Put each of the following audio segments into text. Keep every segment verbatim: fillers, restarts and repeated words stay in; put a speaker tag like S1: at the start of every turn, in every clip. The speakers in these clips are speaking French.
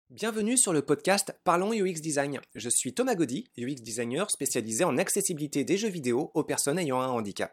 S1: Bienvenue sur le podcast Parlons U X Design. Je suis Thomas Gaudy, U X designer spécialisé en accessibilité des jeux vidéo aux personnes ayant un handicap.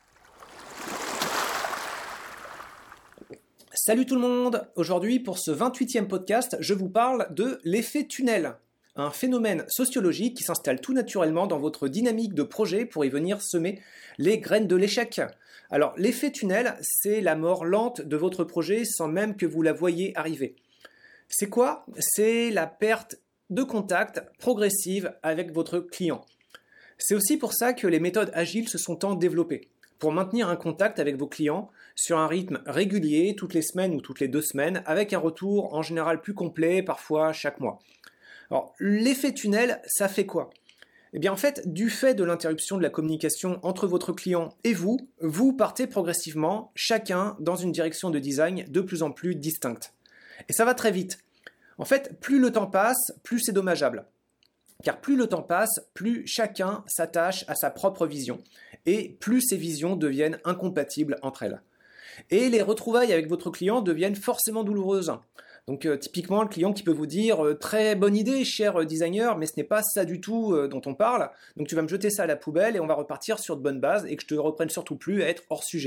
S1: Salut tout le monde! Aujourd'hui, pour ce vingt-huitième podcast, je vous parle de l'effet tunnel, un phénomène sociologique qui s'installe tout naturellement dans votre dynamique de projet pour y venir semer les graines de l'échec. Alors, l'effet tunnel, c'est la mort lente de votre projet sans même que vous la voyiez arriver. C'est quoi? C'est la perte de contact progressive avec votre client. C'est aussi pour ça que les méthodes agiles se sont tant développées, pour maintenir un contact avec vos clients sur un rythme régulier, toutes les semaines ou toutes les deux semaines, avec un retour en général plus complet, parfois chaque mois. Alors, l'effet tunnel, ça fait quoi? Eh bien, en fait, du fait de l'interruption de la communication entre votre client et vous, vous partez progressivement, chacun dans une direction de design de plus en plus distincte. Et ça va très vite. En fait, plus le temps passe, plus c'est dommageable. Car plus le temps passe, plus chacun s'attache à sa propre vision. Et plus ces visions deviennent incompatibles entre elles. Et les retrouvailles avec votre client deviennent forcément douloureuses. Donc euh, typiquement, le client qui peut vous dire euh, « Très bonne idée, cher designer, mais ce n'est pas ça du tout euh, dont on parle. Donc tu vas me jeter ça à la poubelle et on va repartir sur de bonnes bases et que je te reprenne surtout plus à être hors sujet. »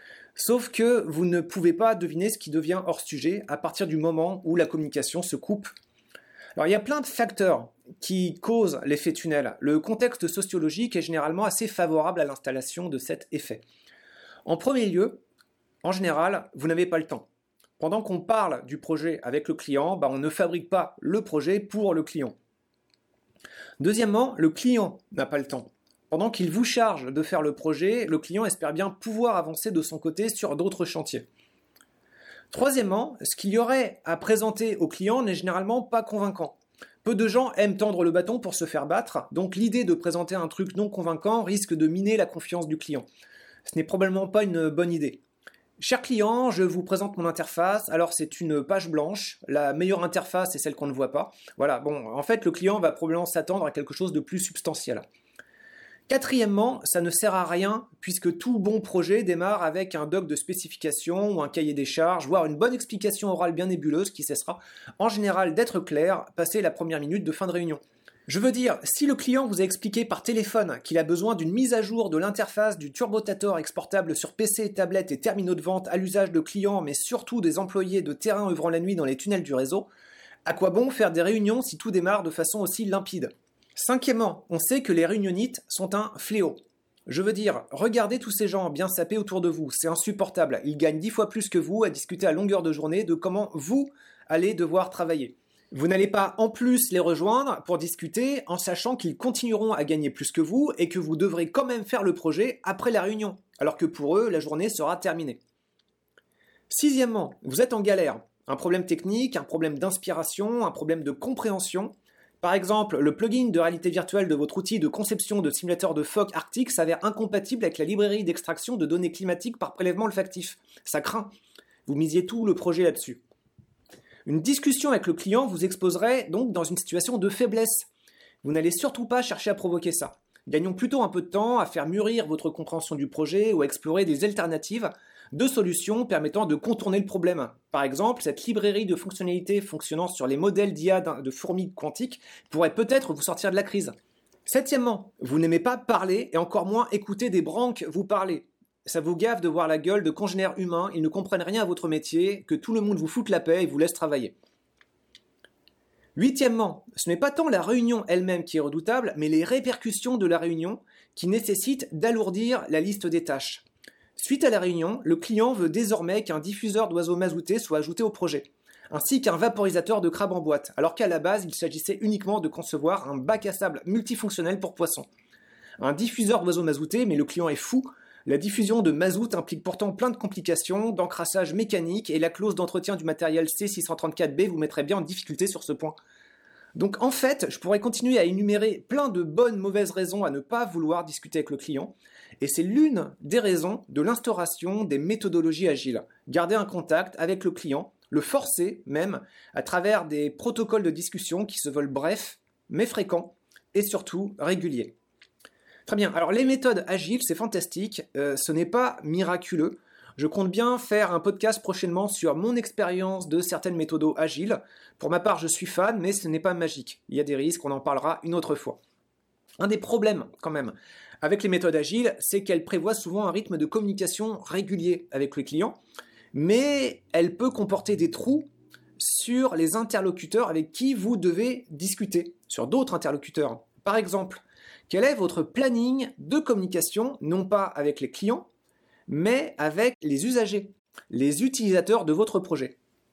S1: Sauf que vous ne pouvez pas deviner ce qui devient hors sujet à partir du moment où la communication se coupe. Alors il y a plein de facteurs qui causent l'effet tunnel. Le contexte sociologique est généralement assez favorable à l'installation de cet effet. En premier lieu, en général, vous n'avez pas le temps. Pendant qu'on parle du projet avec le client, bah on ne fabrique pas le projet pour le client. Deuxièmement, le client n'a pas le temps. Pendant qu'il vous charge de faire le projet, le client espère bien pouvoir avancer de son côté sur d'autres chantiers. Troisièmement, ce qu'il y aurait à présenter au client n'est généralement pas convaincant. Peu de gens aiment tendre le bâton pour se faire battre, donc l'idée de présenter un truc non convaincant risque de miner la confiance du client. Ce n'est probablement pas une bonne idée. Cher client, je vous présente mon interface. Alors c'est une page blanche. La meilleure interface est celle qu'on ne voit pas. Voilà, bon, en fait le client va probablement s'attendre à quelque chose de plus substantiel. Quatrièmement, ça ne sert à rien puisque tout bon projet démarre avec un doc de spécification ou un cahier des charges, voire une bonne explication orale bien nébuleuse qui cessera en général d'être claire passé la première minute de fin de réunion. Je veux dire, si le client vous a expliqué par téléphone qu'il a besoin d'une mise à jour de l'interface du turbotator exportable sur P C, tablette et terminaux de vente à l'usage de clients, mais surtout des employés de terrain œuvrant la nuit dans les tunnels du réseau, à quoi bon faire des réunions si tout démarre de façon aussi limpide? Cinquièmement, on sait que les réunionites sont un fléau. Je veux dire, regardez tous ces gens bien sapés autour de vous, c'est insupportable. Ils gagnent dix fois plus que vous à discuter à longueur de journée de comment vous allez devoir travailler. Vous n'allez pas en plus les rejoindre pour discuter en sachant qu'ils continueront à gagner plus que vous et que vous devrez quand même faire le projet après la réunion, alors que pour eux, la journée sera terminée. Sixièmement, vous êtes en galère. Un problème technique, un problème d'inspiration, un problème de compréhension. Par exemple, le plugin de réalité virtuelle de votre outil de conception de simulateur de phoque arctique s'avère incompatible avec la librairie d'extraction de données climatiques par prélèvement olfactif. Ça craint. Vous misiez tout le projet là-dessus. Une discussion avec le client vous exposerait donc dans une situation de faiblesse. Vous n'allez surtout pas chercher à provoquer ça. Gagnons plutôt un peu de temps à faire mûrir votre compréhension du projet ou à explorer des alternatives de solutions permettant de contourner le problème. Par exemple, cette librairie de fonctionnalités fonctionnant sur les modèles d'I A de fourmis quantiques pourrait peut-être vous sortir de la crise. Septièmement, vous n'aimez pas parler et encore moins écouter des branques vous parler. Ça vous gave de voir la gueule de congénères humains, ils ne comprennent rien à votre métier, que tout le monde vous foute la paix et vous laisse travailler. Huitièmement, ce n'est pas tant la réunion elle-même qui est redoutable, mais les répercussions de la réunion qui nécessitent d'alourdir la liste des tâches. Suite à la réunion, le client veut désormais qu'un diffuseur d'oiseaux mazoutés soit ajouté au projet, ainsi qu'un vaporisateur de crabe en boîte, alors qu'à la base, il s'agissait uniquement de concevoir un bac à sable multifonctionnel pour poissons. Un diffuseur d'oiseaux mazoutés, mais le client est fou. La diffusion de mazout implique pourtant plein de complications, d'encrassage mécanique, et la clause d'entretien du matériel C six cent trente-quatre B vous mettrait bien en difficulté sur ce point. Donc en fait, je pourrais continuer à énumérer plein de bonnes mauvaises raisons à ne pas vouloir discuter avec le client, et c'est l'une des raisons de l'instauration des méthodologies agiles. Garder un contact avec le client, le forcer même, à travers des protocoles de discussion qui se veulent brefs, mais fréquents, et surtout réguliers. Très bien, alors les méthodes agiles, c'est fantastique, euh, ce n'est pas miraculeux. Je compte bien faire un podcast prochainement sur mon expérience de certaines méthodes agiles. Pour ma part, je suis fan, mais ce n'est pas magique. Il y a des risques, on en parlera une autre fois. Un des problèmes, quand même, avec les méthodes agiles, c'est qu'elles prévoient souvent un rythme de communication régulier avec les clients, mais elle peut comporter des trous sur les interlocuteurs avec qui vous devez discuter, sur d'autres interlocuteurs. Par exemple, quel est votre planning de communication, non pas avec les clients, mais avec les usagers, les utilisateurs de votre projet?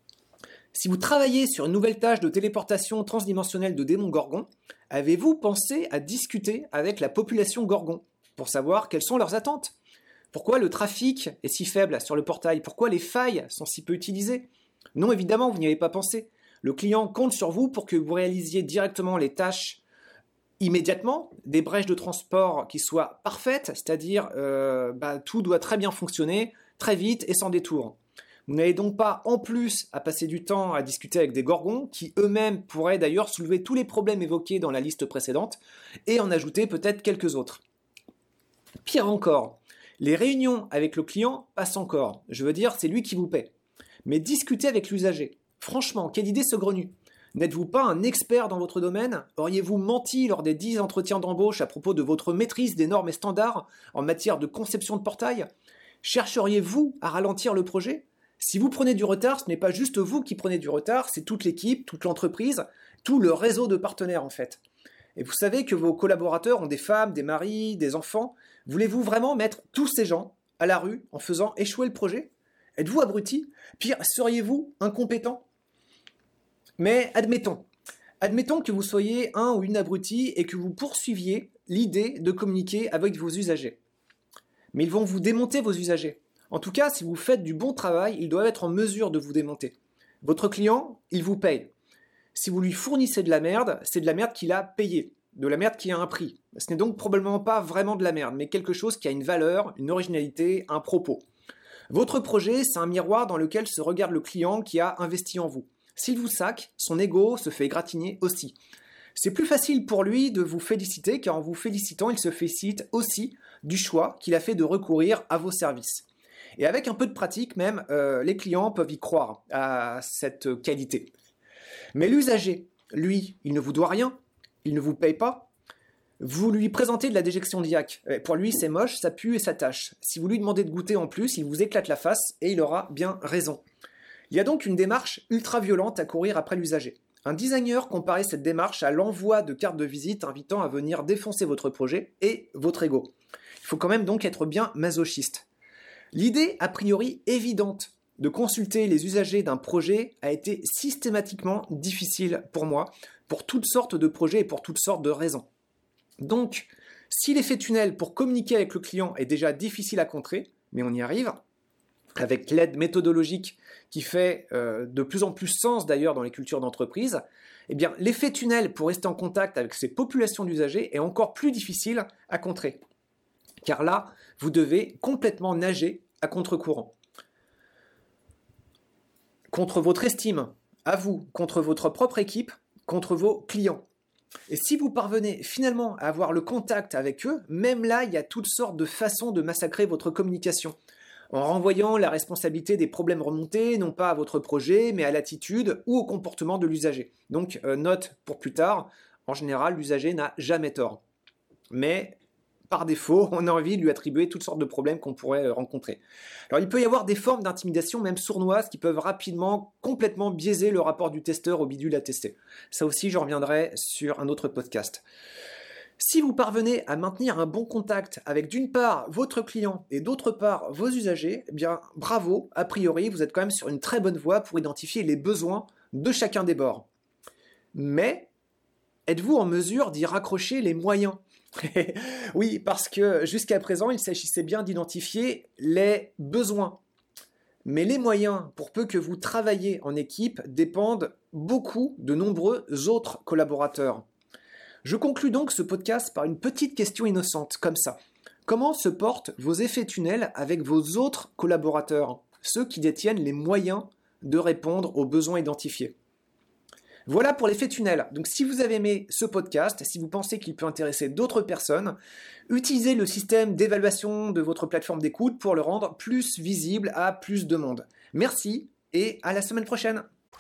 S1: Si vous travaillez sur une nouvelle tâche de téléportation transdimensionnelle de démons Gorgon, avez-vous pensé à discuter avec la population Gorgon pour savoir quelles sont leurs attentes? Pourquoi le trafic est si faible sur le portail? Pourquoi les failles sont si peu utilisées? Non, évidemment, vous n'y avez pas pensé. Le client compte sur vous pour que vous réalisiez directement les tâches immédiatement, des brèches de transport qui soient parfaites, c'est-à-dire euh, bah, tout doit très bien fonctionner, très vite et sans détour. Vous n'avez donc pas en plus à passer du temps à discuter avec des gorgons qui eux-mêmes pourraient d'ailleurs soulever tous les problèmes évoqués dans la liste précédente et en ajouter peut-être quelques autres. Pire encore, les réunions avec le client passent encore. Je veux dire, c'est lui qui vous paie. Mais discutez avec l'usager. Franchement, quelle idée saugrenue! N'êtes-vous pas un expert dans votre domaine? Auriez-vous menti lors des dix entretiens d'embauche à propos de votre maîtrise des normes et standards en matière de conception de portail? Chercheriez-vous à ralentir le projet? Si vous prenez du retard, ce n'est pas juste vous qui prenez du retard, c'est toute l'équipe, toute l'entreprise, tout le réseau de partenaires en fait. Et vous savez que vos collaborateurs ont des femmes, des maris, des enfants. Voulez-vous vraiment mettre tous ces gens à la rue en faisant échouer le projet? Êtes-vous abruti? Pire, seriez-vous incompétent? Mais admettons, admettons que vous soyez un ou une abruti et que vous poursuiviez l'idée de communiquer avec vos usagers. Mais ils vont vous démonter vos usagers. En tout cas, si vous faites du bon travail, ils doivent être en mesure de vous démonter. Votre client, il vous paye. Si vous lui fournissez de la merde, c'est de la merde qu'il a payée, de la merde qui a un prix. Ce n'est donc probablement pas vraiment de la merde, mais quelque chose qui a une valeur, une originalité, un propos. Votre projet, c'est un miroir dans lequel se regarde le client qui a investi en vous. S'il vous sac, son ego se fait égratigner aussi. C'est plus facile pour lui de vous féliciter, car en vous félicitant, il se félicite aussi du choix qu'il a fait de recourir à vos services. Et avec un peu de pratique même, euh, les clients peuvent y croire à cette qualité. Mais l'usager, lui, il ne vous doit rien, il ne vous paye pas. Vous lui présentez de la déjection d'I A C. Pour lui, c'est moche, ça pue et ça tâche. Si vous lui demandez de goûter en plus, il vous éclate la face et il aura bien raison. Il y a donc une démarche ultra violente à courir après l'usager. Un designer comparait cette démarche à l'envoi de cartes de visite invitant à venir défoncer votre projet et votre ego. Il faut quand même donc être bien masochiste. L'idée, a priori évidente, de consulter les usagers d'un projet a été systématiquement difficile pour moi, pour toutes sortes de projets et pour toutes sortes de raisons. Donc, si l'effet tunnel pour communiquer avec le client est déjà difficile à contrer, mais on y arrive, avec l'aide méthodologique qui fait euh, de plus en plus sens d'ailleurs dans les cultures d'entreprise, eh bien, l'effet tunnel pour rester en contact avec ces populations d'usagers est encore plus difficile à contrer. Car là, vous devez complètement nager à contre-courant. Contre votre estime, à vous, contre votre propre équipe, contre vos clients. Et si vous parvenez finalement à avoir le contact avec eux, même là, il y a toutes sortes de façons de massacrer votre communication. En renvoyant la responsabilité des problèmes remontés, non pas à votre projet, mais à l'attitude ou au comportement de l'usager. Donc, euh, note pour plus tard, en général, l'usager n'a jamais tort. Mais par défaut, on a envie de lui attribuer toutes sortes de problèmes qu'on pourrait rencontrer. Alors, il peut y avoir des formes d'intimidation, même sournoises, qui peuvent rapidement, complètement biaiser le rapport du testeur au bidule à tester. Ça aussi, j'en reviendrai sur un autre podcast. Si vous parvenez à maintenir un bon contact avec d'une part votre client et d'autre part vos usagers, eh bien bravo, a priori, vous êtes quand même sur une très bonne voie pour identifier les besoins de chacun des bords. Mais êtes-vous en mesure d'y raccrocher les moyens ? Oui, parce que jusqu'à présent, il s'agissait bien d'identifier les besoins. Mais les moyens, pour peu que vous travaillez en équipe, dépendent beaucoup de nombreux autres collaborateurs. Je conclus donc ce podcast par une petite question innocente, comme ça. Comment se portent vos effets tunnels avec vos autres collaborateurs, ceux qui détiennent les moyens de répondre aux besoins identifiés ? Voilà pour l'effet tunnel. Donc si vous avez aimé ce podcast, si vous pensez qu'il peut intéresser d'autres personnes, utilisez le système d'évaluation de votre plateforme d'écoute pour le rendre plus visible à plus de monde. Merci et à la semaine prochaine.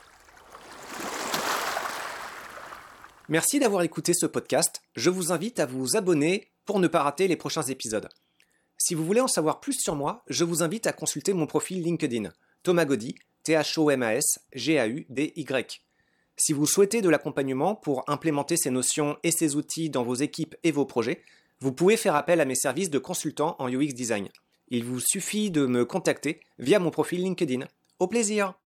S1: Merci d'avoir écouté ce podcast. Je vous invite à vous abonner pour ne pas rater les prochains épisodes. Si vous voulez en savoir plus sur moi, je vous invite à consulter mon profil LinkedIn, Thomas Gaudy, T H O M A S G A U D Y. Si vous souhaitez de l'accompagnement pour implémenter ces notions et ces outils dans vos équipes et vos projets, vous pouvez faire appel à mes services de consultant en U X Design. Il vous suffit de me contacter via mon profil LinkedIn. Au plaisir!